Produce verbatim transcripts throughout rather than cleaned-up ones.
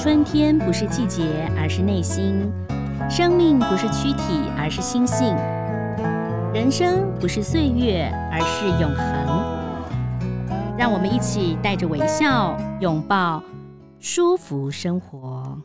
春天不是季节，而是内心；生命不是躯体，而是心性；人生不是岁月，而是永恒。让我们一起带着微笑，拥抱舒服生活。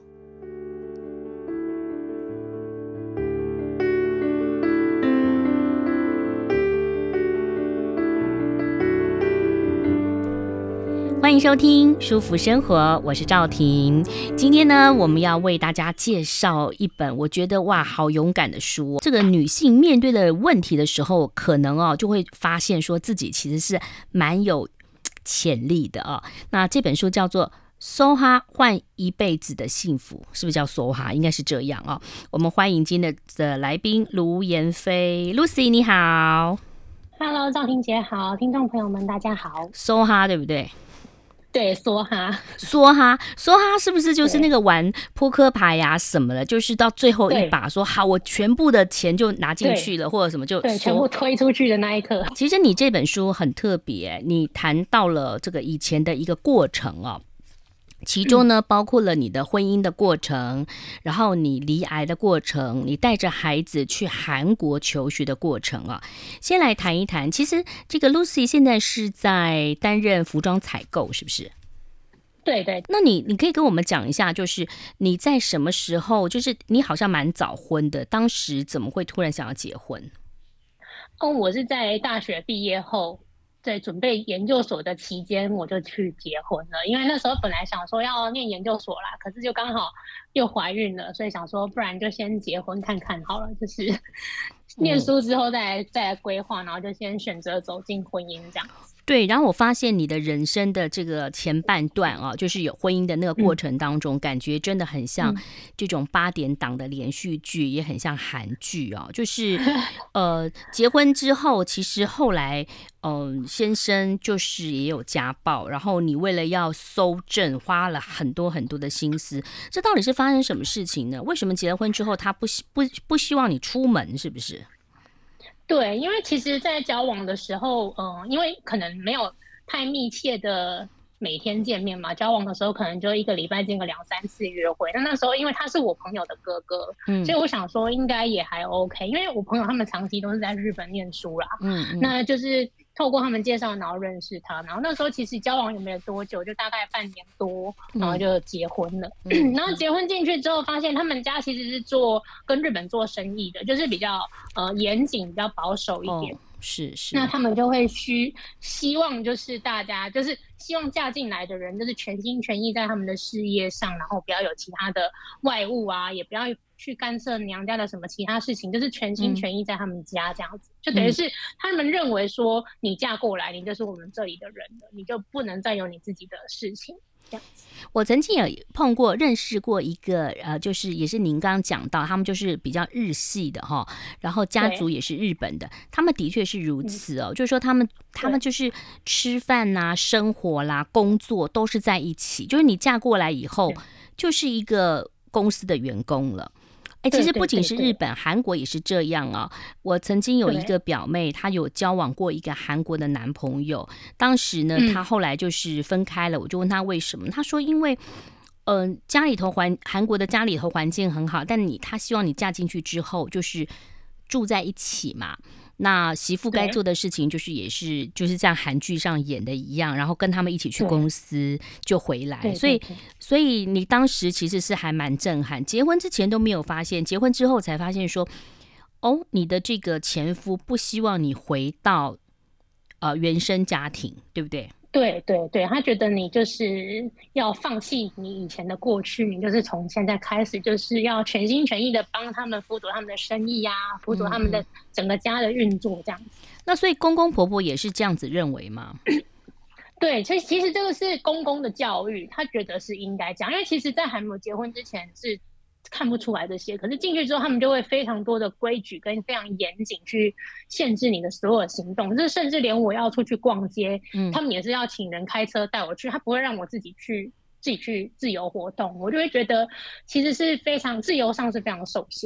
欢迎收听舒服生活，我是赵婷。今天呢，我们要为大家介绍一本我觉得哇好勇敢的书。这个女性面对的问题的时候，可能哦就会发现说自己其实是蛮有潜力的哦。那这本书叫做梭哈换一辈子的幸福，是不是叫梭哈？应该是这样哦。我们欢迎今天的来宾卢妍霏 Lucy， 你好。 Hello， 赵婷姐好，听众朋友们大家好。 梭哈对不对？ 对，梭哈， 梭哈，梭哈是不是就是那个玩扑克牌呀、啊、什么的，就是到最后一把说好，我全部的钱就拿进去了，或者什么就对，全部推出去的那一刻。 其实你这本书很特别，你谈到了这个以前的一个过程哦。其中呢，包括了你的婚姻的过程，然后你罹癌的过程，你带着孩子去韩国求学的过程啊。先来谈一谈，其实这个 Lucy 现在是在担任服装采购，是不是？ 对对。 那你你可以跟我们讲一下，就是你在什么时候，就是你好像蛮早婚的，当时怎么会突然想要结婚？ 哦，我是在大学毕业后，在准备研究所的期间，我就去结婚了。因为那时候本来想说要念研究所啦，可是就刚好又怀孕了，所以想说不然就先结婚看看好了，就是念书之后再来再来规划，然后就先选择走进婚姻这样子。 对，然后我发现你的人生的这个前半段啊，就是有婚姻的那个过程当中，嗯、感觉真的很像这种八点档的连续剧，也很像韩剧啊。就是呃，结婚之后，其实后来嗯、呃，先生就是也有家暴，然后你为了要搜证，花了很多很多的心思。这到底是发生什么事情呢？为什么结了婚之后，他不不不希望你出门？是不是？ 对，因为其实在交往的时候，嗯、呃，因为可能没有太密切的每天见面嘛，交往的时候可能就一个礼拜见个两三次约会。那那时候因为他是我朋友的哥哥，嗯，所以我想说应该也还 OK， 因为我朋友他们长期都是在日本念书啦，嗯, 嗯，那就是透过他们介绍，然后认识他，然后那时候其实交往也没有多久，就大概半年多，然后就结婚了。嗯、然后结婚进去之后，发现他们家其实是做跟日本做生意的，就是比较呃严谨、比较保守一点。哦， 是是。 那他们就会需希望就是大家就是希望嫁进来的人就是全心全意在他们的事业上，然后不要有其他的外物啊，也不要去干涉娘家的什么其他事情，就是全心全意在他们家这样子。嗯、就等于是他们认为说你嫁过来，你就是我们这里的人了，你就不能再有你自己的事情。 我曾经有碰过、认识过一个，呃，就是也是您刚刚讲到，他们就是比较日系的哈，然后家族也是日本的，他们的确是如此哦，就是说他们他们就是吃饭呐、啊、生活啦、工作都是在一起，就是你嫁过来以后，就是一个公司的员工了。哎，其实不仅是日本，韩国也是这样啊。我曾经有一个表妹，她有交往过一个韩国的男朋友，当时呢，她后来就是分开了。我就问她为什么，她说因为，嗯、呃，家里头环韩国的家里头环境很好，但你她希望你嫁进去之后就是住在一起嘛。那媳妇该做的事情就是也是就是像韩剧上演的一样，然后跟他们一起去公司就回来，所以所以你当时其实是还蛮震撼，结婚之前都没有发现，结婚之后才发现说，哦，你的这个前夫不希望你回到呃原生家庭，对不对？ 对对对，他觉得你就是要放弃你以前的过去，你就是从现在开始就是要全心全意的帮他们辅佐他们的生意啊，辅佐他们的整个家的运作这样子。嗯、 那所以公公婆婆也是这样子认为吗？ 对，其实其实这个是公公的教育，他觉得是应该这样，因为其实在还没有结婚之前是看不出来这些，可是进去之后他们就会非常多的规矩跟非常严谨去限制你的所有行动，就是甚至连我要出去逛街、嗯、他们也是要请人开车带我去，他不会让我自己去自己去自由活动，我就会觉得其实是非常自由上是非常受限。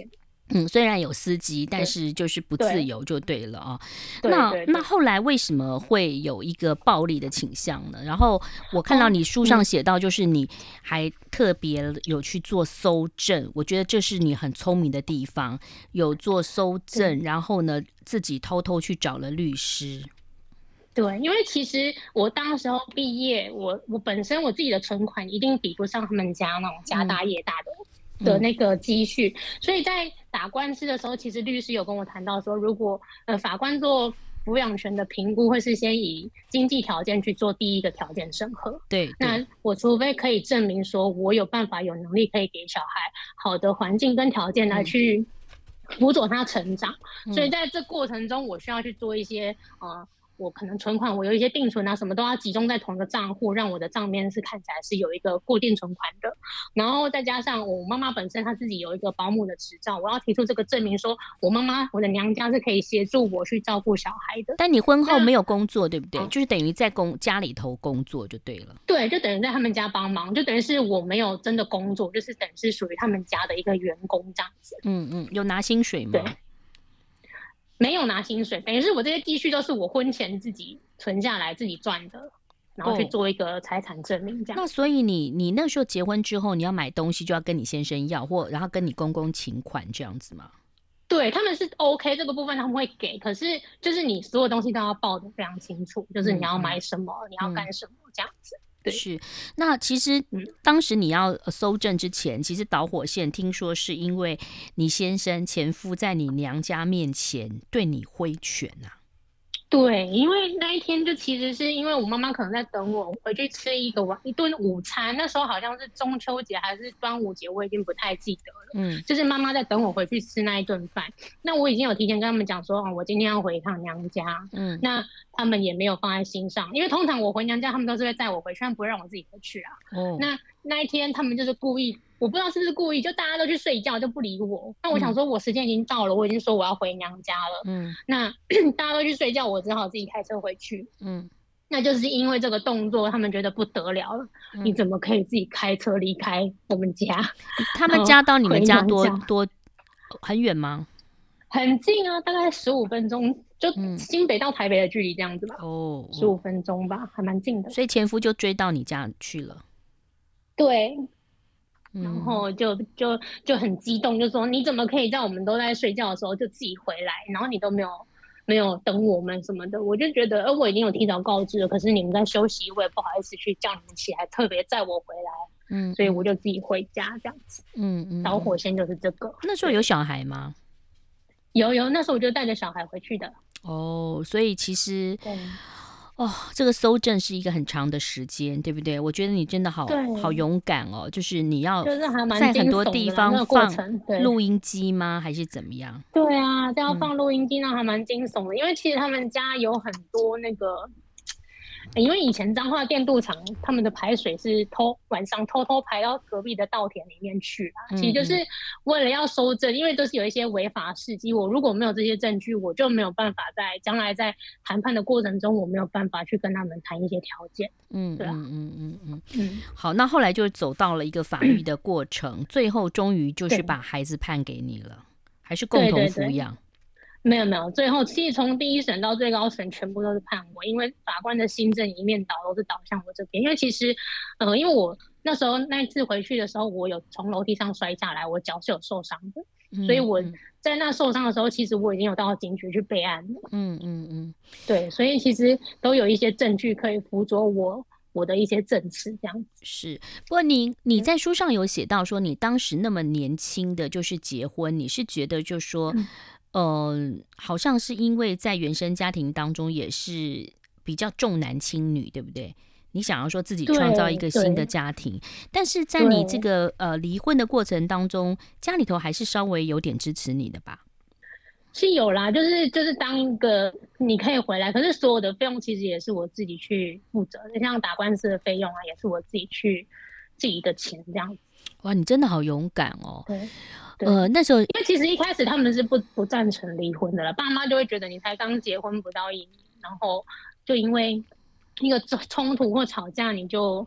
嗯，虽然有司机，但对是就是不自对由就对了啊。 对那对对， 那后来为什么会有一个暴力的倾向呢？然后我看到哦， 你书上嗯写到，就是你还特别有去做搜证，我觉得这是你很聪明的地方，有做搜对。 证，然后呢自己偷偷去找了律师。 对，因为其实我当时候毕业，我我本身我自己的存款一定比不上他们家那种家嗯大业大的的嗯那个积蓄，所以在打官司的时候，其实律师有跟我谈到说，如果呃法官做抚养权的评估，会是先以经济条件去做第一个条件审核。 对对， 那我除非可以证明说我有办法有能力可以给小孩好的环境跟条件来嗯去辅佐他成长，所以嗯。 在这过程中，我需要去做一些呃我可能存款，我有一些定存啊，什么都要集中在同一个账户，让我的账面是看起来是有一个固定存款的。然后再加上我妈妈本身她自己有一个保姆的执照，我要提出这个证明，说我妈妈我的娘家是可以协助我去照顾小孩的。 但你婚后那没有工作，对不对？ 啊， 就是等于在工家里头工作就对了。 对，就等于在他们家帮忙，就等于是我没有真的工作，就是等于是属于他们家的一个员工这样子。 嗯嗯，有拿薪水对， 吗？ 没有拿薪水，等于是我这些积蓄都是我婚前自己存下来自己赚的，然后去哦， 做一个财产证明这样。 那所以你你那时候结婚之后，你要买东西就要跟你先生要，或然后跟你公公请款这样子吗？ 对，他们是 OK 这个部分他们会给，可是就是你所有东西都要报的非常清楚，就是你要嗯嗯买什么，你要嗯， 干什么这样子。对， 是。那其实嗯， 当时你要呃搜证之前，其实导火线听说是因为你先生前夫在你娘家面前对你挥拳啊。 对，因为那一天就其实是因为我妈妈可能在等我回去吃一个晚一顿午餐，那时候好像是中秋节还是端午节，我已经不太记得了。 嗯就是妈妈在等我回去吃那一顿饭，那我已经有提前跟他们讲说，哦，我今天要回一趟娘家， 嗯那他们也没有放在心上，因为通常我回娘家，他们都是会载我回去，他们不会让我自己回去啊。 哦那那一天他们就是故意，我不知道是不是故意，就大家都去睡觉就不理我。那我想嗯说，我时间已经到了，我已经说我要回娘家了。 嗯那大家都去睡觉，我只好自己开车回去。 嗯那就是因为这个动作，他们觉得不得了了，你嗯， 怎么可以自己开车离开我们家， 他们然后家到你们回家娘家？ 多多很远吗？ 很近啊，大概十五分钟，就嗯， 新北到台北的距离这样子吧， 哦哦， 十五分钟吧，还蛮近的。 所以前夫就追到你家去了。 对，然嗯后就就就很激动，就说你怎么可以在我们都在睡觉的时候就自己回来，然后你都没有没有等我们什么的，我就觉得，呃，我已经有提早告知了，可是你们在休息，我也不好意思去叫你们起来，特别载我回来， 嗯所以我就自己回家这样子。 嗯嗯嗯， 导火线就是这个。对， 那时候有小孩吗？ 有有，那时候我就带着小孩回去的。 哦，所以其实对哦，这个搜证是一个很长的时间，对不对？我觉得你真的好好对， 勇敢哦，就是你要就是还蛮在很惊多地悚的啦，那个过方放程。对。 录音机吗？还是怎么样？ 对啊，这要嗯放录音机，那还蛮惊悚的。因为其实他们家有很多那个，因为以前彰化电镀厂他们的排水是偷晚上偷偷排到隔壁的稻田里面去啦。其实就是嗯嗯为了要收证，因为都是有一些违法事迹。我如果没有这些证据，我就没有办法在将来在谈判的过程中，我没有办法去跟他们谈一些条件。对啊， 嗯嗯嗯嗯嗯， 嗯， 好，那后来就走到了一个法律的过程，最后终于就是对把孩子判给你了，还是共同对对对。 抚养？ 没有没有，最后其实从第一审到最高审全部都是判我，因为法官的新政一面倒都是倒向我这边。因为其实，呃，因为我那时候那一次回去的时候，我有从楼梯上摔下来，我脚是有受伤的，所以我嗯嗯在那受伤的时候，其实我已经有到警局去备案了。 嗯嗯嗯， 对，所以其实都有一些证据可以辅佐我我的一些证词，这样子。 是。不过你你嗯在书上有写到说，你当时那么年轻的就是结婚，你是觉得就说， 嗯呃，好像是因为在原生家庭当中也是比较重男轻女，对不对？你想要说自己创造一对个新的对家庭，但是在你这对， 个呃离婚的过程当中，家里头还是稍微有点支持你的吧？ 是有啦，就是就是当一个你可以回来，可是所有的费用其实也是我自己去负责的，像打官司的费用啊，也是我自己去自己的钱这样子。 哇，你真的好勇敢哦！ 对对， 呃，那时候因为其实一开始他们是不不赞成离婚的了，爸妈就会觉得你才刚结婚不到一年，然后就因为一个冲冲突或吵架，你就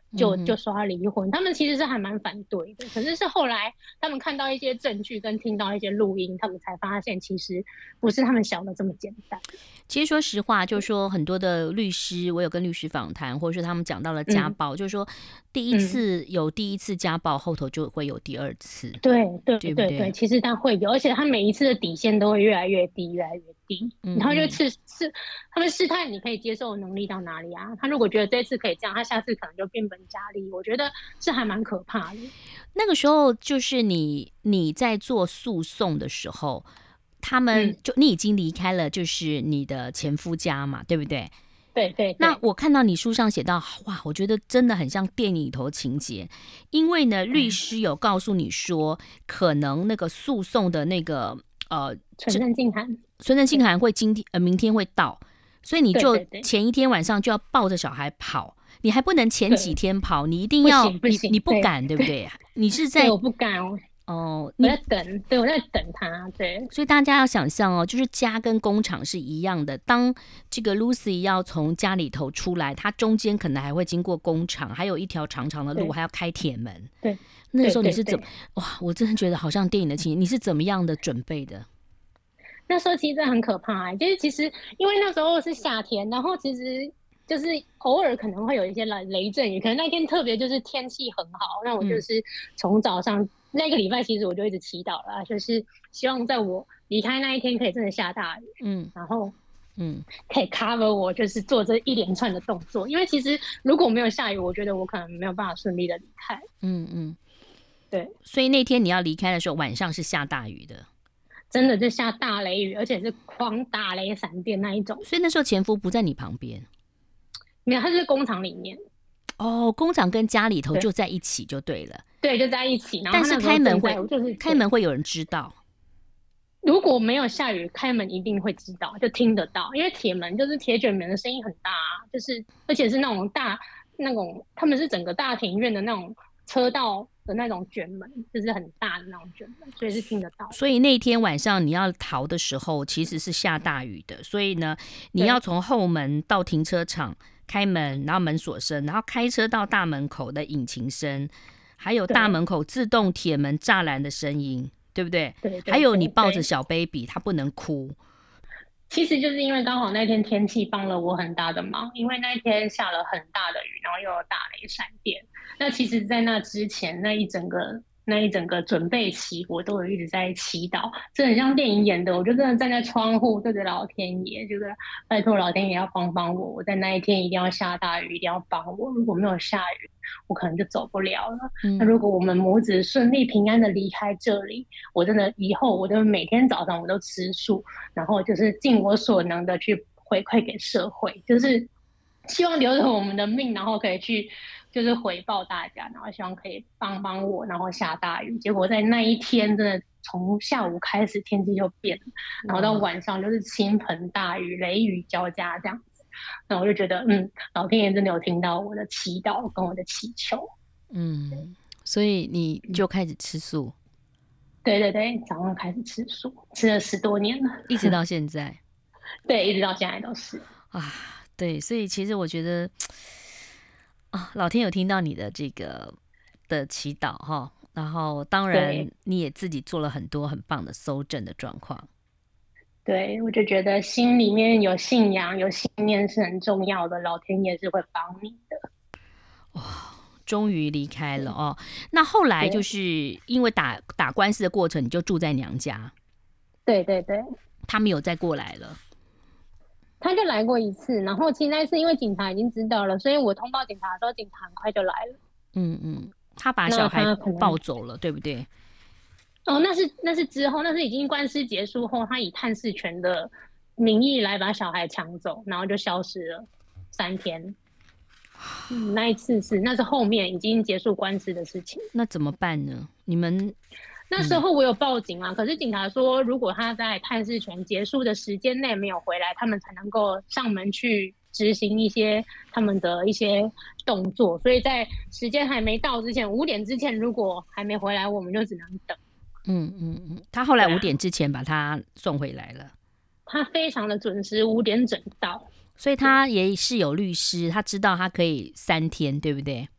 就就说要离婚，他们其实是还蛮反对的。可是是后来他们看到一些证据跟听到一些录音，他们才发现其实不是他们想的这么简单。 其实说实话，就是说很多的律师，我有跟律师访谈，或者说他们讲到了家暴，嗯、就是说第一次有第一次家暴，后头就会有第二次。 对对对对对，其实他会有，而且他每一次的底线都会越来越低，越来越低。嗯、然后就试试他们试探你可以接受的能力到哪里啊？他如果觉得这次可以这样，他下次可能就变本加厉。我觉得是还蛮可怕的。 那个时候就是你你在做诉讼的时候。他们就你已经离开了，就是你的前夫家嘛，对不对？ 对 对, 对。 那我看到你书上写到，哇，我觉得真的很像电影里头情节，因为呢，律师有告诉你说，可能那个诉讼的那个呃存证信函， 存证信函会今天呃明天会到，所以你就前一天晚上就要抱着小孩跑。你还不能前几天跑，你一定要不行你你不敢， 对, 对不对？你是在我不敢哦，我在等，对，我在等他，对。 所以大家要想象哦，就是家跟工厂是一样的。当这个 Lucy 要从家里头出来，她中间可能还会经过工厂，还有一条长长的路，还要开铁门。 对， 那个时候你是怎么？哇，我真的觉得好像电影的情节。你是怎么样的准备的？ 那时候其实真的很可怕、欸，就是其实因为那时候是夏天，然后其实就是偶尔可能会有一些雷阵雨，可能那天特别就是天气很好，那我就是从早上。嗯那个礼拜其实我就一直祈祷了，就是希望在我离开那一天可以真的下大雨，嗯，然后嗯可以 cover 我就是做这一连串的动作，因为其实如果没有下雨，我觉得我可能没有办法顺利的离开，嗯嗯，对， 所以那天你要离开的时候，晚上是下大雨的， 真的就下大雷雨，而且是狂打雷闪电那一种， 所以那时候前夫不在你旁边， 没有，他是工厂里面。 哦，工厂跟家里头就在一起就对了， 对，就在一起。然后但是开门会， 就是开门会有人知道。 如果没有下雨，开门一定会知道，就听得到，因为铁门就是铁卷门的声音很大、啊，就是而且是那种大那种，他们是整个大庭院的那种车道的那种卷门，就是很大的那种卷门，所以是听得到。 所以那天晚上你要逃的时候，其实是下大雨的，所以呢，你要从后门到停车场。开门，然后门锁声，然后开车到大门口的引擎声，还有大门口自动铁门栅栏的声音，对不对？ 对, 对, 对。 还有你抱着小 baby， 他不能哭。 其实就是因为刚好那天天气帮了我很大的忙，因为那一天下了很大的雨，然后又有打雷闪电。那其实，在那之前那一整个。那一整个准备期，我都有一直在祈祷，这很像电影演的。我就真的站在窗户对着老天爷，就是拜托老天爷要帮帮我。我在那一天一定要下大雨，一定要帮我。如果没有下雨，我可能就走不了了。嗯、那如果我们母子顺利平安的离开这里，我真的以后我就每天早上我都吃素，然后就是尽我所能的去回馈给社会，就是希望留着我们的命，然后可以去。就是回报大家，然后希望可以帮帮我，然后下大雨。结果在那一天，真的从下午开始天气就变了，然后到晚上就是倾盆大雨，雷雨交加这样子。那我就觉得，嗯，老天爷真的有听到我的祈祷跟我的祈求。 嗯，所以你就开始吃素。 对对对，早上开始吃素，吃了十多年了， 一直到现在。 对，一直到现在都是。 啊，对，所以其实我觉得。啊，老天有听到你的这个的祈祷哈，然后当然你也自己做了很多很棒的搜证的状况。 对，我就觉得心里面有信仰、有信念是很重要的，老天爷是会帮你的。 哇，终于离开了哦。那后来就是因为打打官司的过程，你就住在娘家。 对对对， 他们有再过来了。 他就来过一次，然后其实那次因为警察已经知道了，所以我通报警察的时候，警察很快就来了。 嗯嗯，他把小孩抱走了，对不对？ 哦，那是那是之后，那是已经官司结束后，他以探视权的名义来把小孩抢走，然后就消失了三天。嗯，那一次是那是后面已经结束官司的事情。 那怎么办呢？你们？ 那时候我有报警啊、嗯，可是警察说，如果他在探视权结束的时间内没有回来，他们才能够上门去执行一些他们的一些动作。所以在时间还没到之前，五点之前如果还没回来，我们就只能等。 嗯嗯嗯，他后来五点之前把他送回来了。 他非常的准时，五点整到。 所以他也是有律师，他知道他可以三天，对不对？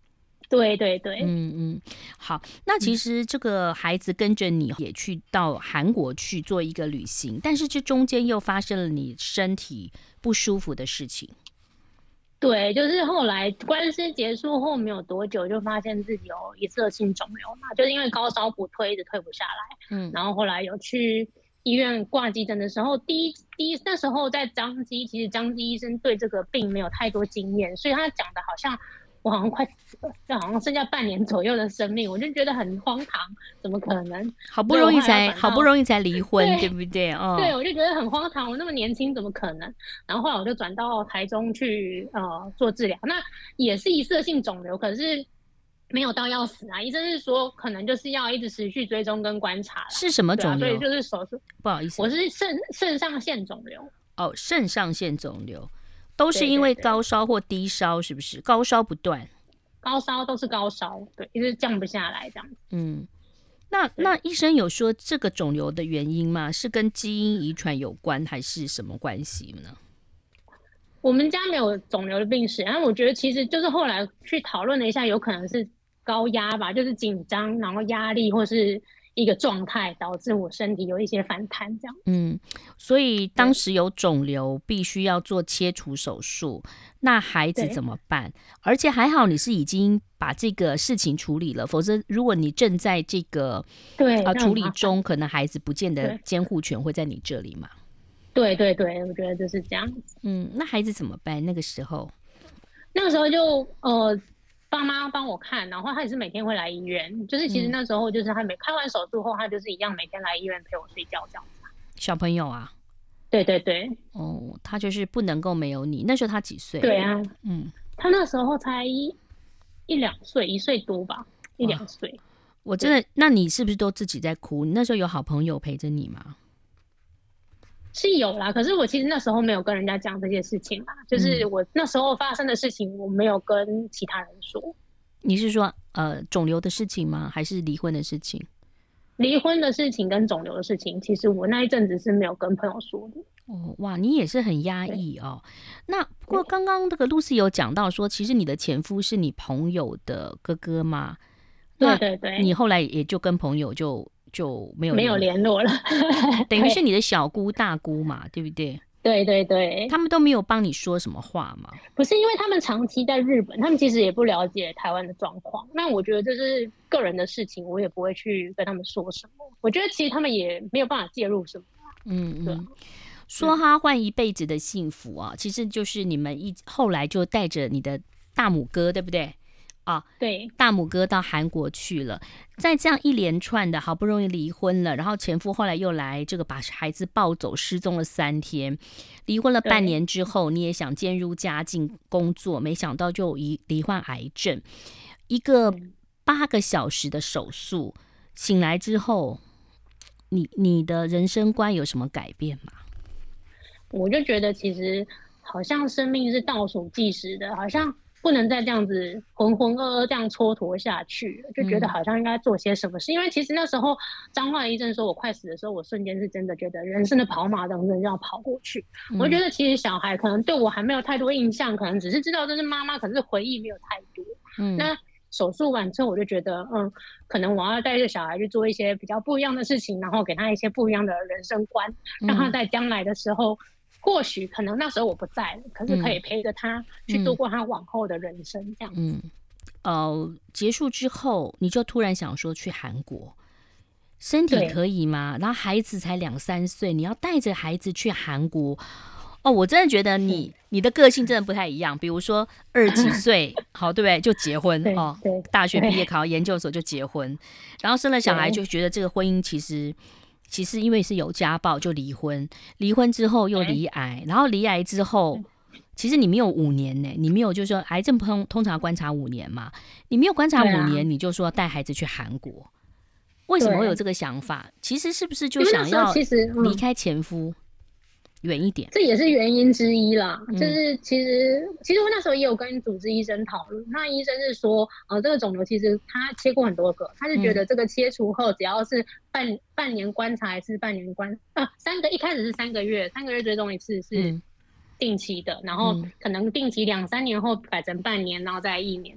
对对对， 嗯嗯，好，那其实这个孩子跟着你也去到韩国去做一个旅行，但是这中间又发生了你身体不舒服的事情。 对，就是后来官司结束后没有多久，就发现自己有一次性肿瘤嘛，就是因为高烧不退，一直退不下来。 嗯， 然后后来有去医院挂急诊的时候，第一第一那时候在张基，其实张基医生对这个病没有太多经验，所以他讲的好像我好像快死了，就好像剩下半年左右的生命，我就觉得很荒唐，怎么可能？ 好不容易才好不容易易才离婚， 对对不对？哦， 对，我就觉得很荒唐，我那么年轻怎么可能？然后后来我就转到台中去呃做治疗，那也是一次性肿瘤，可是没有到要死啊，医生是说可能就是要一直持续追踪跟观察啦。 是什么对啊，所以肿瘤？ 就是手术。 不好意思， 我是肾肾上腺肿瘤。 哦，肾上腺肿瘤，都是因为对对对， 高烧或低烧，是不是？高烧不断。 高烧都是高烧，对，一直降不下来这样子。 嗯，那对那医生有说这个肿瘤的原因吗？是跟基因遗传有关，还是什么关系呢？ 我们家没有肿瘤的病史，然后我觉得其实就是后来去讨论了一下，有可能是高压吧，就是紧张，然后压力或是一个状态导致我身体有一些反弹这样。 嗯，所以当对时有肿瘤，必须要做切除手术，那孩子对怎么办？而且还好你是已经把这个事情处理了，否则如果你正在这个对， 呃处那很麻烦。 理中，可能孩子不见得对监护权会在你这里嘛。 对对对，我觉得就是这样子。 嗯，那孩子怎么办？那个时候， 那个时候就呃，爸妈帮我看，然后他也是每天会来医院，就是其实嗯， 那时候就是他每开完手术后，他就是一样每天来医院陪我睡觉这样子。 小朋友啊， 对对对哦，他就是不能够没有你。那时候他几岁？ 对啊， 嗯， 他那时候才一一两岁，一岁多吧，一哇， 两岁。 我真的，那你是不是都自己在哭？你那时候有好朋友陪着你吗？ 是有啦，可是我其实那时候没有跟人家讲这些事情啦，就是嗯， 我那时候发生的事情，我没有跟其他人说。 你是说呃肿瘤的事情吗？还是离婚的事情？ 离婚的事情跟肿瘤的事情，其实我那一阵子是没有跟朋友说的。 哦，哇，你也是很压对抑哦。那不过对刚刚这个露西有讲到说，其实你的前夫是你朋友的哥哥嘛？ 对那对对， 你后来也就跟朋友就就没有没有联， 联络了。 等于是对你的小姑大姑嘛，对不对？ 对对对， 他们都没有帮你说什么话嘛？ 不是因为他们长期在日本，他们其实也不了解台湾的状况。那我觉得这是个人的事情，我也不会去跟他们说什么。我觉得其实他们也没有办法介入什么。对啊， 嗯嗯。说他换一辈子的幸福啊，其实就是你们一后来就带着你的大拇哥，对不对？啊， 对大拇哥到韩国去了，在这样一连串的好不容易离婚了，然后前夫后来又来这个把孩子抱走，失踪了三天，离婚了半对年之后，你也想渐入佳境工作，没想到就罹罹患癌症，一个嗯八个小时的手术，醒来之后，你你的人生观有什么改变吗？ 我就觉得其实好像生命是倒数计时的，好像不能再这样子浑浑噩噩这样蹉跎下去了，就觉得嗯好像应该做些什么事。因为其实那时候彰化的医生说我快死的时候，我瞬间是真的觉得人生的跑马灯真的要跑过去。我觉嗯得其实小孩可能对我还没有太多印象，可能只是知道这是妈妈，可是回忆没有太多。 嗯那手术完之后，我就觉得，嗯，可能我要带着小孩去做一些比较不一样的事情，然后给他一些不一样的人生观，让他嗯在将来的时候，或许可能那时候我不在了，可是可以陪着他去度过他往后的人生，这样子。 嗯，呃，结束之后，你就突然想说去韩国，身体对可以吗？然后孩子才两三岁，你要带着孩子去韩国。哦，我真的觉得你你的个性真的不太一样。比如说二十几岁，好对不对？就结婚对哦， 对大学毕业对考研究所就结婚，然后生了小孩对就觉得这个婚姻其实其实因为是有家暴就离婚，离婚之后又离癌，然后离癌之后。其实你没有五年呢，你没有就是说癌症通通常观察五年嘛，你没有观察对啊， 五年，你就说带孩子去韩国，为什么会有对， 这个想法？其实是不是就因为那时候想要其实，嗯， 离开前夫远一点？ 这也是原因之一啦。就嗯是其实，其实我那时候也有跟主治医生讨论，那医生是说，呃，这个肿瘤其实他切过很多个，他是觉嗯得这个切除后只要是半半年观察还是半年观啊，三个一开始是三个月，三个月追踪一次是嗯定期的，然后嗯可能定期两三年后改成半年，然后再一年这样。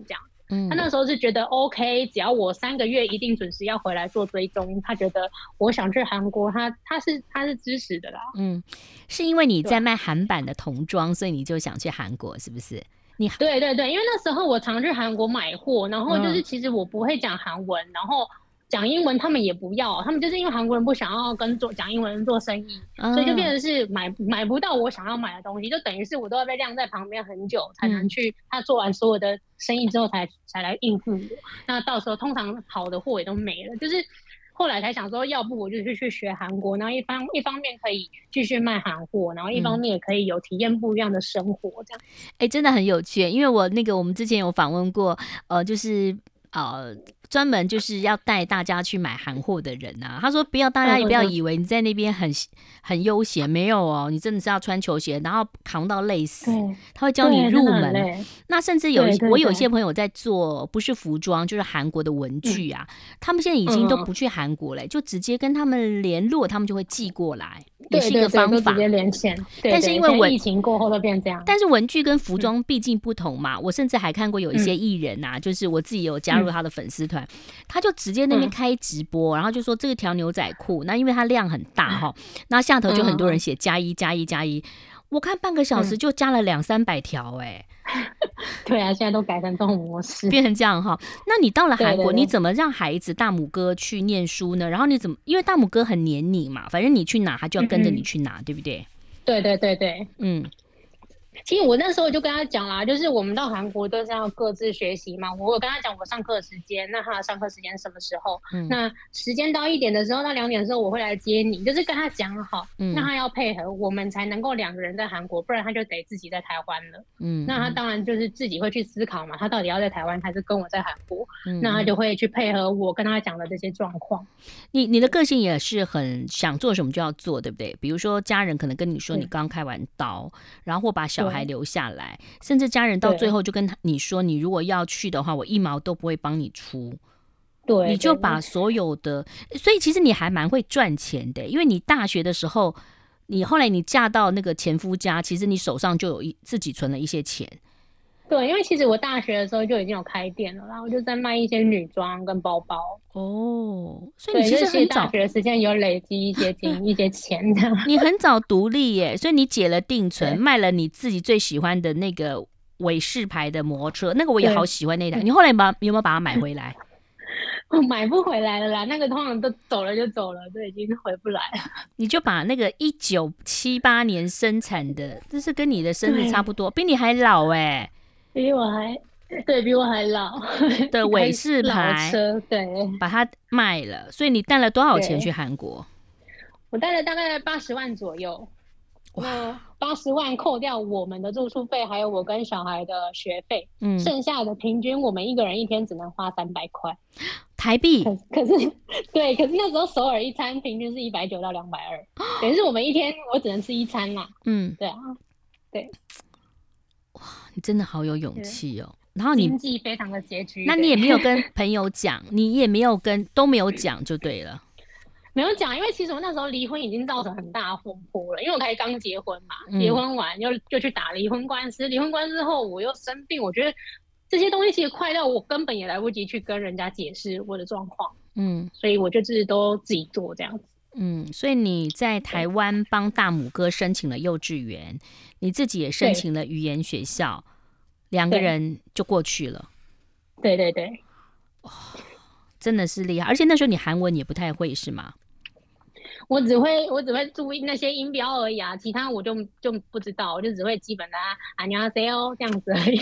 嗯，他那时候是觉得 OK， 只要我三个月一定准时要回来做追踪，他觉得我想去韩国，他他是他是支持的啦。 嗯，是因为你在卖韩版的童装，所以你就想去韩国，是不是？你对对对，因为那时候我常去韩国买货，然后就是其实我不会讲韩文，嗯、然后讲英文他们也不要，他们就是因为韩国人不想要跟做讲英文人做生意，嗯、所以就变成是买买不到我想要买的东西，就等于是我都要被晾在旁边很久才能去他做完所有的生意之后才才来应付我。那到时候通常好的货也都没了，就是。后来才想说，要不我就去学韩国，然后一方一方面可以继续卖韩货，然后一方面也可以有体验不一样的生活，这样。 哎、嗯欸，真的很有趣，因为我那个我们之前有访问过，呃，就是呃。专门就是要带大家去买韩货的人啊，他说不要，大家也不要以为你在那边很很悠闲，没有哦，你真的是要穿球鞋，然后扛到累死，他会教你入门。那甚至有对对对我有些朋友在做，不是服装就是韩国的文具啊，嗯、他们现在已经都不去韩国了，就直接跟他们联络，他们就会寄过来。也是一个方法， 直接连线。对对， 但是因为文疫情过后都变这样， 但是文具跟服装毕竟不同嘛。嗯、我甚至还看过有一些艺人啊，嗯、就是我自己有加入他的粉丝团，嗯、他就直接那边开直播，嗯、然后就说这个条牛仔裤，那因为它量很大哈，那下头就很多人写加一加一加一，我看半个小时就加了两三百条哎。 对啊，现在都改成这种模式， 变成这样哈。那你到了韩国， 对对对你怎么让孩子大拇哥去念书呢？然后你怎么，因为大拇哥很黏你嘛，反正你去哪，他就要跟着你去哪，嗯、对不对？ 对对对对， 嗯。 其实我那时候就跟他讲啦，就是我们到韩国都是要各自学习嘛。我有跟他讲我上课的时间，那他的上课时间什么时候？嗯、那时间到一点的时候，到两点的时候我会来接你，就是跟他讲好，嗯、那他要配合，我们才能够两个人在韩国，不然他就得自己在台湾了。嗯，那他当然就是自己会去思考嘛，他到底要在台湾还是跟我在韩国？嗯，那他就会去配合我跟他讲的这些状况。 你你的个性也是很想做什么就要做，对不对？比如说家人可能跟你说你刚开完刀，然后或把小孩留下来，甚至家人到最后就跟你说，你如果要去的话，我一毛都不会帮你出。 对， 你就把所有的，所以其实你还蛮会赚钱的，因为你大学的时候，你后来你嫁到那个前夫家，其实你手上就有一自己存了一些钱。 对，因为其实我大学的时候就已经有开店了，然后就在卖一些女装跟包包。 哦，所以你其实很早大学的时间有累积一些金一些钱的。 你很早独立耶，所以你解了定存，卖了你自己最喜欢的那个伟士牌的摩托车，那个我也好喜欢那台。你后来把有没有把它买回来？ 我买不回来了啦，那个通常都走了就走了，都已经回不来了。 你就把那个一九七八年生产的，这是跟你的生日差不多，比你还老哎。 比我还对比我还老的伟士牌车，对， 把它卖了，所以你带了多少钱去韩国？ 我带了大概八十万左右。那八十万扣掉我们的住宿费，还有我跟小孩的学费，嗯，剩下的平均我们一个人一天只能花三百块台币。 可, 可是，对，可是那时候首尔一餐平均是一百九到两百二，等于是我们一天我只能吃一餐啦。嗯，对啊，对。 哇，你真的好有勇气哦！然后你经济非常的拮据， 那你也没有跟朋友讲，你也没有跟都没有讲就对了。 没有讲，因为其实我那时候离婚已经造成很大的风波了，因为我才刚结婚嘛，嗯、结婚完又就去打离婚官司，离婚官司后我又生病，我觉得这些东西其实快到我根本也来不及去跟人家解释我的状况，嗯，所以我就自己都自己做这样子。 嗯，所以你在台湾帮大拇哥申请了幼稚园，你自己也申请了语言学校，两个人就过去了。 对对对， 哦，真的是厉害！而且那时候你韩文也不太会是吗？ 我只会我只会注意那些音标而已啊，其他我就就不知道，我就只会基本的啊안녕하세요这样子而已。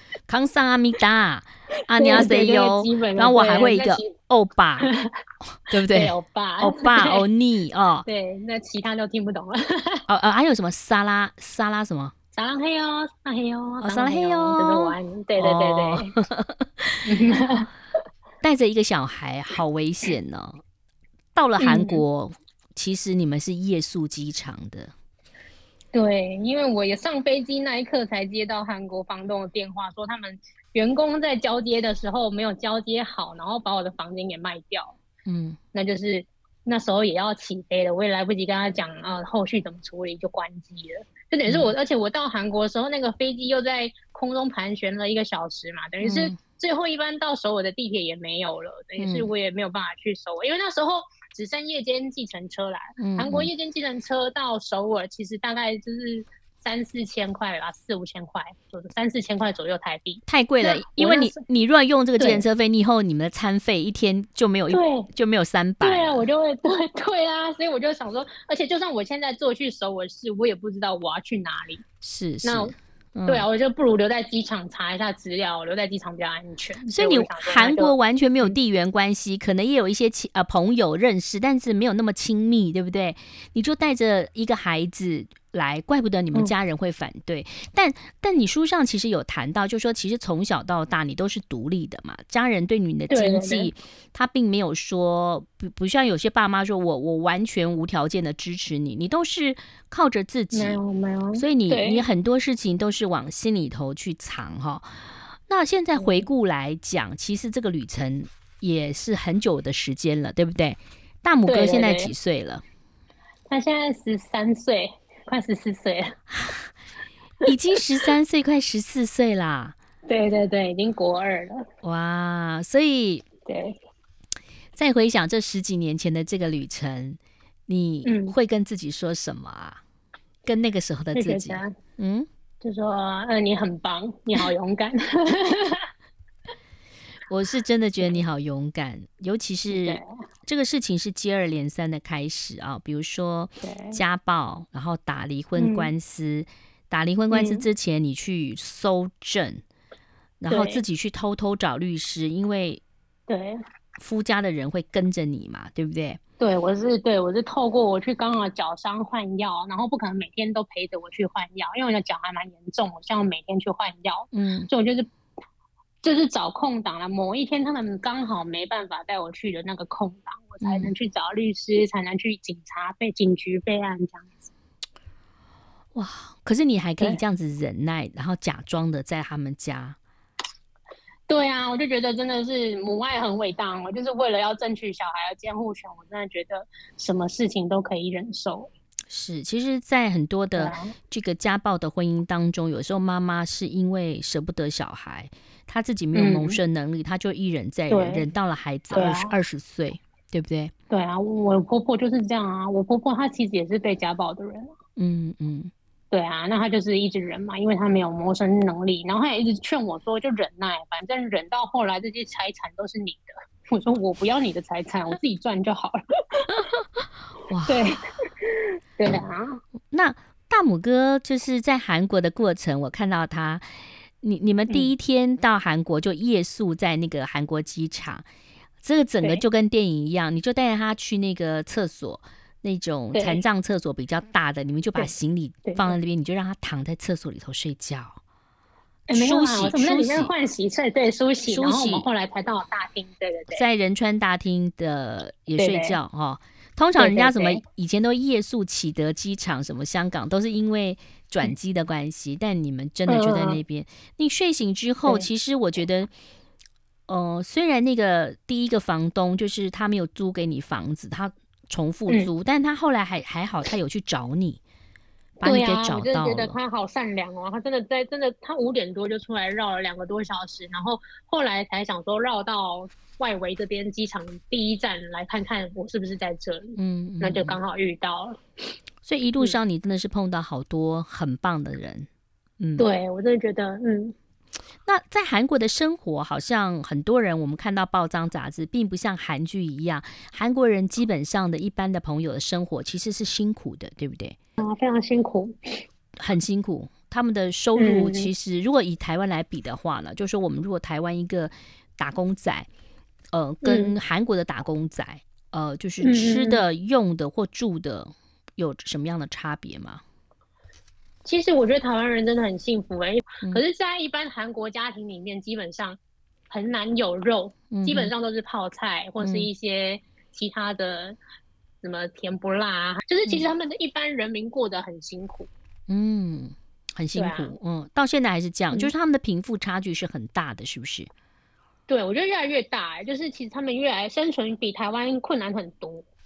감사합니다，안녕하세요，然后我还会一个欧巴，对不对？ 对，欧巴， 欧巴，欧尼哦。 对，那其他都听不懂了。 哦呃，还有什么沙拉沙拉什么？ 撒浪嘿哟，撒浪嘿哟， 哦，撒浪嘿哟， 就是我爱你。对对对对。 哦、带着一个小孩，好危险哦！到了韩国。嗯，其实你们是夜宿机场的。 对，因为我也上飞机那一刻才接到韩国房东的电话，说他们员工在交接的时候没有交接好，然后把我的房间给卖掉。嗯，那就是那时候也要起飞了，我也来不及跟他讲啊后续怎么处理，就关机了。 就等于是我，嗯、而且我到韩国的时候，那个飞机又在空中盘旋了一个小时嘛，等于是最后一班到首尔的地铁也没有了，等于是我也没有办法去首尔，因为那时候只剩夜间计程车来，韩、嗯、国夜间计程车到首尔其实大概就是三四千块吧，四五千块，三四千块左右台币， 太贵了。因为你你如果用这个计程车费，你以后你们的餐费一天就没有一就没有三百。 对啊，我就会对对啊，所以我就想说，而且就算我现在坐去首尔市，我也不知道我要去哪里。 是是。 那嗯、对啊，我就不如留在机场查一下资料，留在机场比较安全。 所以你韩国完全没有地缘关系，嗯、可能也有一些呃朋友认识，但是没有那么亲密，对不对？你就带着一个孩子来，怪不得你们家人会反对。嗯、但但你书上其实有谈到，就是说其实从小到大你都是独立的嘛，家人对你的经济，他并没有说不不像有些爸妈说我我完全无条件的支持你，你都是靠着自己， 没有没有， 所以你你很多事情都是往心里头去藏哈。那现在回顾来讲，其实这个旅程也是很久的时间了，对不对？大拇哥现在几岁了？ 对对对，他现在十三岁。快十四岁了， 已经十三岁，快十四岁啦。 对对对，已经国二了。 哇，所以对， 再回想这十几年前的这个旅程，你会跟自己说什么啊？嗯、跟那个时候的自己，嗯， 就说，呃，你很棒，你好勇敢。 我是真的觉得你好勇敢，尤其是这个事情是接二连三的开始啊，比如说家暴，然后打离婚官司，嗯、打离婚官司之前你去搜证，嗯、然后自己去偷偷找律师，因为对夫家的人会跟着你嘛，对不对？ 对，我是对我是透过我去刚好脚伤换药，然后不可能每天都陪着我去换药，因为我的脚还蛮严重，我需要每天去换药，嗯，所以我就是。就是找空档了，某一天他们刚好没办法带我去的那个空档，我才能去找律师，嗯、才能去警察备警局备案这样子。 哇！可是你还可以这样子忍耐，然后假装的在他们家。 对啊，我就觉得真的是母爱很伟大，我就是为了要争取小孩的监护权，我真的觉得什么事情都可以忍受。 是，其实在很多的这个家暴的婚姻当中，有时候妈妈是因为舍不得小孩，她自己没有谋生能力，她、嗯、就一忍再忍，忍到了孩子二十二十岁，对不对？ 对啊，我婆婆就是这样啊，我婆婆她其实也是被家暴的人。嗯嗯，对啊，那她就是一直忍嘛，因为她没有谋生能力，然后她也一直劝我说就忍耐，反正忍到后来这些财产都是你的。我说我不要你的财产，我自己赚就好了。哇，对。对啊， 那大拇哥就是在韩国的过程，我看到他，你你们第一天到韩国就夜宿在那个韩国机场，嗯、这个整个就跟电影一样，你就带着他去那个厕所，那种残障厕所比较大的，你们就把行李放在那边，你就让他躺在厕所里头睡觉。 欸、没有啊，我们那里面换洗睡，对，梳洗，然后我们后来才到大厅，对对对， 在仁川大厅的也睡觉哈。通常人家什么以前都夜宿启德机场，什么香港都是因为转机的关系，嗯、但你们真的就在那边。嗯、你睡醒之后，其实我觉得，呃，虽然那个第一个房东就是他没有租给你房子，他重复租，嗯、但他后来还还好，他有去找你，把你给找到了。 对啊，我真的觉得他好善良哦，他真的在真的，他五点多就出来绕了两个多小时，然后后来才想说绕到外围这边机场第一站来看看我是不是在这里，嗯，那就刚好遇到了。 所以一路上你真的是碰到好多很棒的人， 嗯，对我真的觉得，嗯。 那在韩国的生活，好像很多人我们看到报章杂志，并不像韩剧一样，韩国人基本上的一般的朋友的生活其实是辛苦的，对不对？ 啊，非常辛苦， 很辛苦。他们的收入其实，如果以台湾来比的话呢，嗯、就是说我们如果台湾一个打工仔。呃，跟韩国的打工仔，嗯、呃，就是吃的、用的或住的，有什么样的差别吗？ 其实我觉得台湾人真的很幸福哎、欸，嗯、可是，在一般韩国家庭里面，基本上很难有肉，嗯、基本上都是泡菜或是一些其他的什么甜不辣啊，嗯、就是其实他们的一般人民过得很辛苦， 嗯，很辛苦，啊、嗯，到现在还是这样，嗯、就是他们的贫富差距是很大的，是不是？ 对，我觉得越来越大，就是其实他们越来生存比台湾困难很多。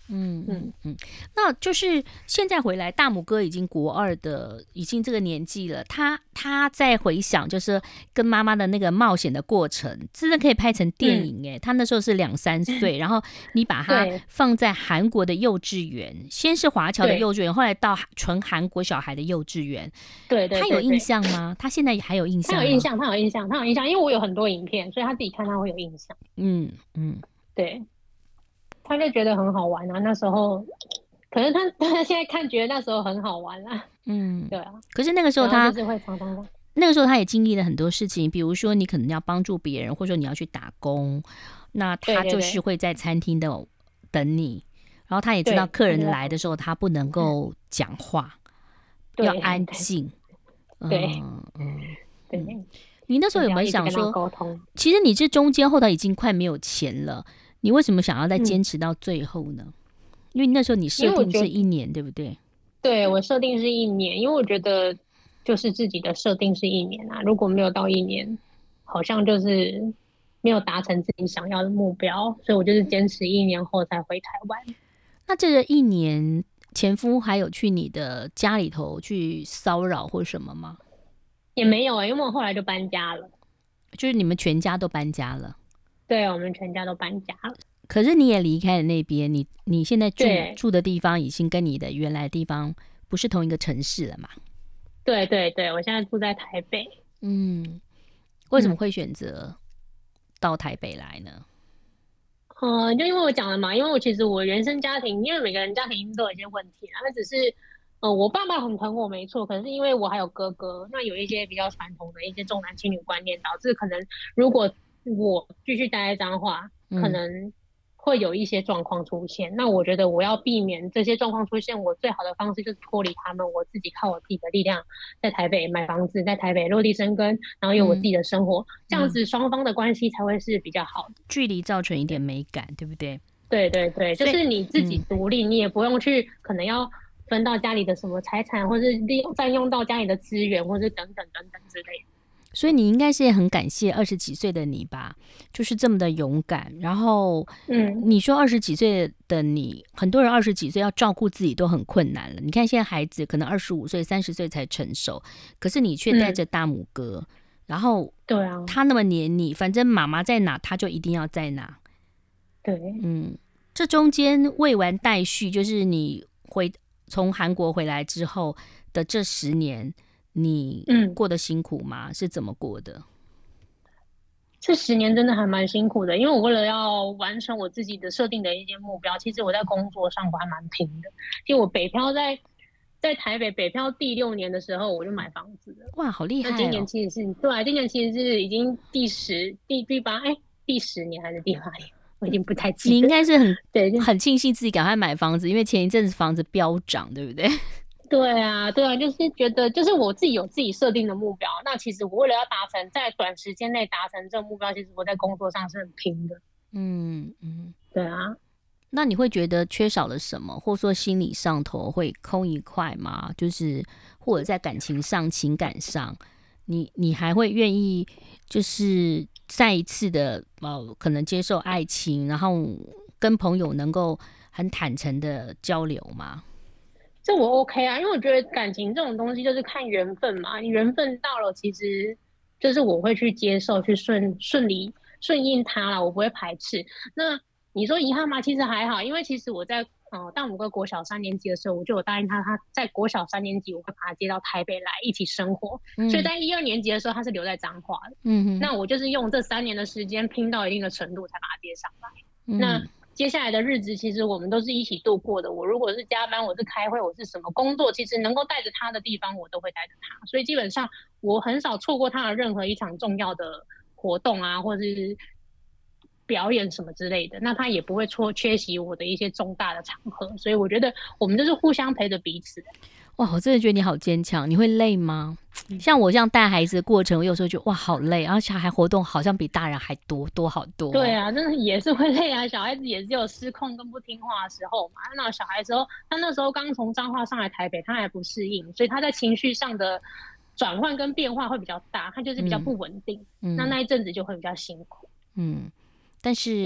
嗯嗯嗯，那就是现在回来，大拇哥已经国二的，已经这个年纪了。他他在回想，就是跟妈妈的那个冒险的过程，真的可以拍成电影哎、嗯。他那时候是两三岁，然后你把他放在韩国的幼稚园，先是华侨的幼稚园，后来到纯韩国小孩的幼稚园。 对对对对， 他有印象吗？他现在还有印象吗？ 他有印象，他有印象，他有印象，因为我有很多影片，所以他自己看他会有印象。 嗯嗯， 对。他就觉得很好玩啊，那时候，可能他他现在看觉得那时候很好玩啊，嗯，对啊。 可是那个时候他就是会常常那个时候他也经历了很多事情，比如说你可能要帮助别人，或者说你要去打工，那他就是会在餐厅的等你，然后他也知道客人来的时候他不能够讲话，要安静。 对， 嗯嗯， 对。 你那时候有没有想说，其实你这中间后头已经快没有钱了？你为什么想要再坚持到最后呢？嗯、因为那时候你设定是一年，对不对？ 对，我设定是一年，因为我觉得就是自己的设定是一年啊，如果没有到一年，好像就是没有达成自己想要的目标，所以我就是坚持一年后才回台湾。 那这一年，前夫还有去你的家里头去骚扰或什么吗？ 也没有啊、欸，因为我后来就搬家了， 就是你们全家都搬家了。 对，我们全家都搬家了。 可是你也离开了那边，你你现在住住的地方已经跟你的原来的地方不是同一个城市了嘛？ 对对对，我现在住在台北。 嗯，为什么会选择到台北来呢？ 嗯、呃，就因为我讲了嘛，因为我其实我原生家庭，因为每个人家庭都有一些问题啦，那只是呃，我爸爸很疼我没错，可是因为我还有哥哥，那有一些比较传统的一些重男轻女观念，导致可能如果我继续待在彰化，可能会有一些状况出现。嗯、那我觉得我要避免这些状况出现，我最好的方式就是脱离他们，我自己靠我自己的力量在台北买房子，在台北落地生根，然后有我自己的生活，嗯、这样子双方的关系才会是比较好的。 距离造成一点美感，对不对？ 对对对，就是你自己独立，嗯、你也不用去可能要分到家里的什么财产，或是利用占用到家里的资源，或是等等等等之类的。 所以你应该是很感谢二十几岁的你吧，就是这么的勇敢。然后，嗯，你说二十几岁的你，很多人二十几岁要照顾自己都很困难了。你看现在孩子可能二十五岁、三十岁才成熟，可是你却带着大拇哥，嗯、然后对啊， 他那么黏你，反正妈妈在哪，他就一定要在哪。 对， 嗯，这中间未完待续，就是你回从韩国回来之后的这十年。你过得辛苦吗？嗯、是怎么过的？ 这十年真的还蛮辛苦的，因为我为了要完成我自己的设定的一些目标，其实我在工作上我还蛮拼的。其实我北漂在在台北北漂第六年的时候，我就买房子了。 哇，好厉害哦！ 那今年其实是对、啊，今年其实是已经第十、第第八，哎，第十年还是第八年？我已经不太记得。 你应该是很对， 很庆幸自己赶快买房子，因为前一阵子房子飙涨，对不对？ 对啊，对啊，就是觉得，就是我自己有自己设定的目标。那其实我为了要达成，在短时间内达成这个目标，其实我在工作上是很拼的。嗯嗯，对啊。 那你会觉得缺少了什么，或者说心理上头会空一块吗？就是或者在感情上、情感上，你你还会愿意就是再一次的呃，可能接受爱情，然后跟朋友能够很坦诚的交流吗？ 这我 OK 啊，因为我觉得感情这种东西就是看缘分嘛，你缘分到了，其实就是我会去接受，去顺顺理顺应它啦，我不会排斥。那你说遗憾吗？其实还好，因为其实我在呃大拇哥国小三年级的时候，我就有答应他，他在国小三年级我会把他接到台北来一起生活，嗯、所以在一二年级的时候他是留在彰化的，嗯哼，那我就是用这三年的时间拼到一定的程度才把他接上来，嗯、那。接下来的日子，其实我们都是一起度过的。我如果是加班，我是开会，我是什么工作，其实能够带着他的地方，我都会带着他。所以基本上，我很少错过他的任何一场重要的活动啊，或者是表演什么之类的。那他也不会错缺席我的一些重大的场合。所以我觉得我们就是互相陪着彼此。 哇，我真的觉得你好坚强。你会累吗？像我这样带孩子的过程，我有时候觉得哇好累，然后小孩活动好像比大人还多多好多。 对啊，真的也是会累啊。小孩子也是有失控跟不听话的时候嘛。那小孩的时候，他那时候刚从彰化上来台北，他还不适应，所以他在情绪上的转换跟变化会比较大，他就是比较不稳定。嗯、那那一阵子就会比较辛苦。 嗯，但是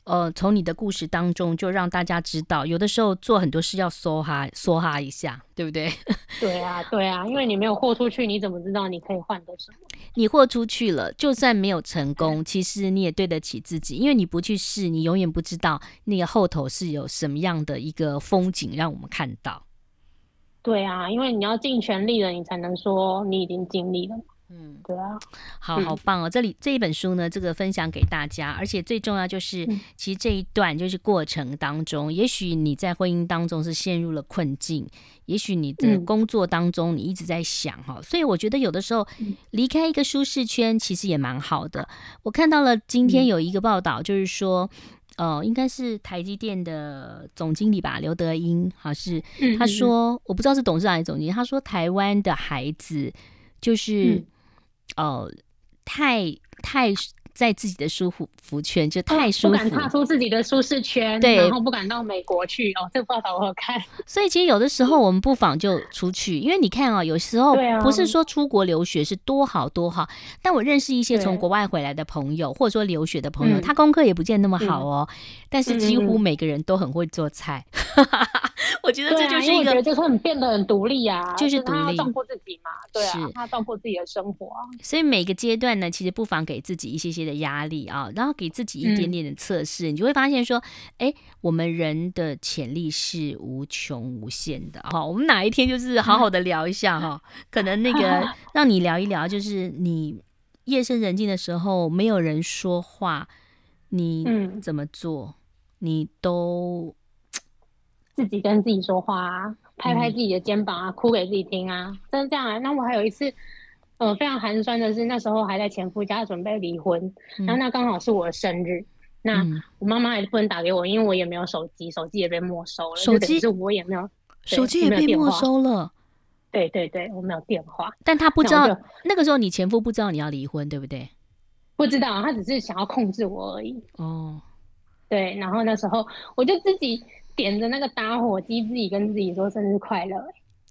呃，从你的故事当中就让大家知道，有的时候做很多事要梭哈梭哈一下，对不对？ 对啊，对啊，因为你没有豁出去，你怎么知道你可以换得什么？ 你豁出去了，就算没有成功，其实你也对得起自己，因为你不去试，你永远不知道那个后头是有什么样的一个风景让我们看到。 对啊，因为你要尽全力了，你才能说你已经尽力了。嗯，对啊， 好好棒哦！这里这一本书呢，这个分享给大家，而且最重要就是， 嗯其实这一段就是过程当中，也许你在婚姻当中是陷入了困境，也许你的嗯工作当中你一直在想哈，所以我觉得有的时候离开一个舒适圈其实也蛮好的。我看到了今天有一个报道，就是说。呃，应该是台积电的总经理吧，刘德英，好是嗯他说，我不知道是董事长还是总经理，他说台湾的孩子就是。 嗯呃，太太在自己的舒服服圈，就太舒服， 不敢踏出自己的舒适圈， 对， 然后不敢到美国去。哦，这个报道我有看。 所以其实有的时候我们不妨就出去，因为你看啊，有时候不是说出国留学是多好多好，但我认识一些从国外回来的朋友，或者说留学的朋友，他功课也不见那么好哦，嗯、但是几乎每个人都很会做菜。嗯我觉得这就是一个， 啊、我觉得就是很变得很独立啊， 就是独立， 他要照顾自己嘛，对啊，他照顾自己的生活啊。 所以每个阶段呢，其实不妨给自己一些些的压力啊，然后给自己一点点的测试，嗯、你就会发现说，哎，我们人的潜力是无穷无限的。好，我们哪一天就是好好的聊一下哈，可能那个让你聊一聊，就是你夜深人静的时候，没有人说话，你怎么做，嗯、你都。 自己跟自己说话啊，拍拍自己的肩膀啊，嗯、哭给自己听啊，真的这样啊。那我还有一次，呃，非常寒酸的是，那时候还在前夫家准备离婚，嗯、然后那刚好是我的生日，那我妈妈也不能打给我，因为我也没有手机，手机也被没收了， 手机是我也没有， 手机也被没收了。 对对对，我没有电话， 但他不知道，那, 那个时候你前夫不知道你要离婚，对不对？ 不知道，他只是想要控制我而已。哦，对，然后那时候我就自己。点着那个打火机，自己跟自己说生日快乐，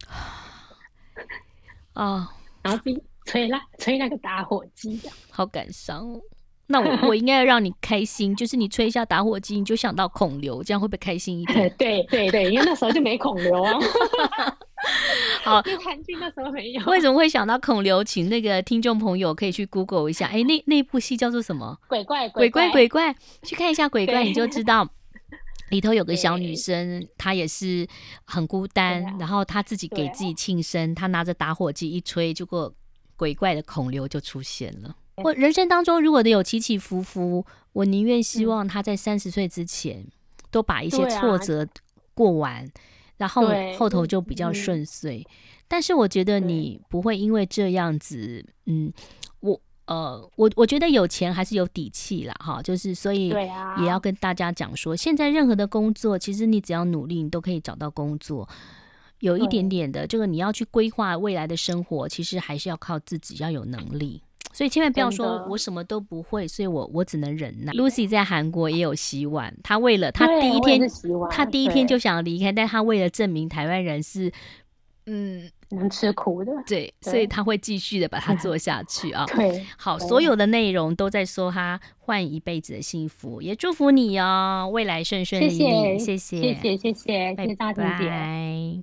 哦，然后自己吹那吹那个打火机， 好感伤哦。那我我应该要让你开心，就是你吹一下打火机，你就想到孔刘，这样会不会开心一点？ 对对对，因为那时候就没孔刘啊。 好， 韩剧那时候没有。 为什么会想到孔刘？请那个听众朋友可以去 Google 一下，哎，那那部戏叫做什么？ 鬼怪鬼怪鬼怪，去看一下鬼怪，你就知道。里头有个小女生，她也是很孤单，啊、然后她自己给自己庆生，她、啊、拿着打火机一吹，结果鬼怪的孔刘就出现了。我人生当中如果有起起伏伏，我宁愿希望她在三十岁之前、嗯、都把一些挫折过完，啊、然后后头就比较顺遂。嗯、但是我觉得你不会因为这样子，嗯，我。呃，我我觉得有钱还是有底气啦，哈，就是所以也要跟大家讲说，现在任何的工作，其实你只要努力，你都可以找到工作。有一点点的这个，你要去规划未来的生活，其实还是要靠自己，要有能力。所以千万不要说我什么都不会，所以我我只能忍耐。Lucy 在韩国也有洗碗，她为了她第一天，她第一天就想要离开，但她为了证明台湾人是。嗯， 能吃苦的， 对，所以他会继续的把它做下去啊。 对， 好，所有的内容都在说他换一辈子的幸福，也祝福你哦，未来顺顺利利。谢谢， 谢谢，谢谢，谢谢大婷姐。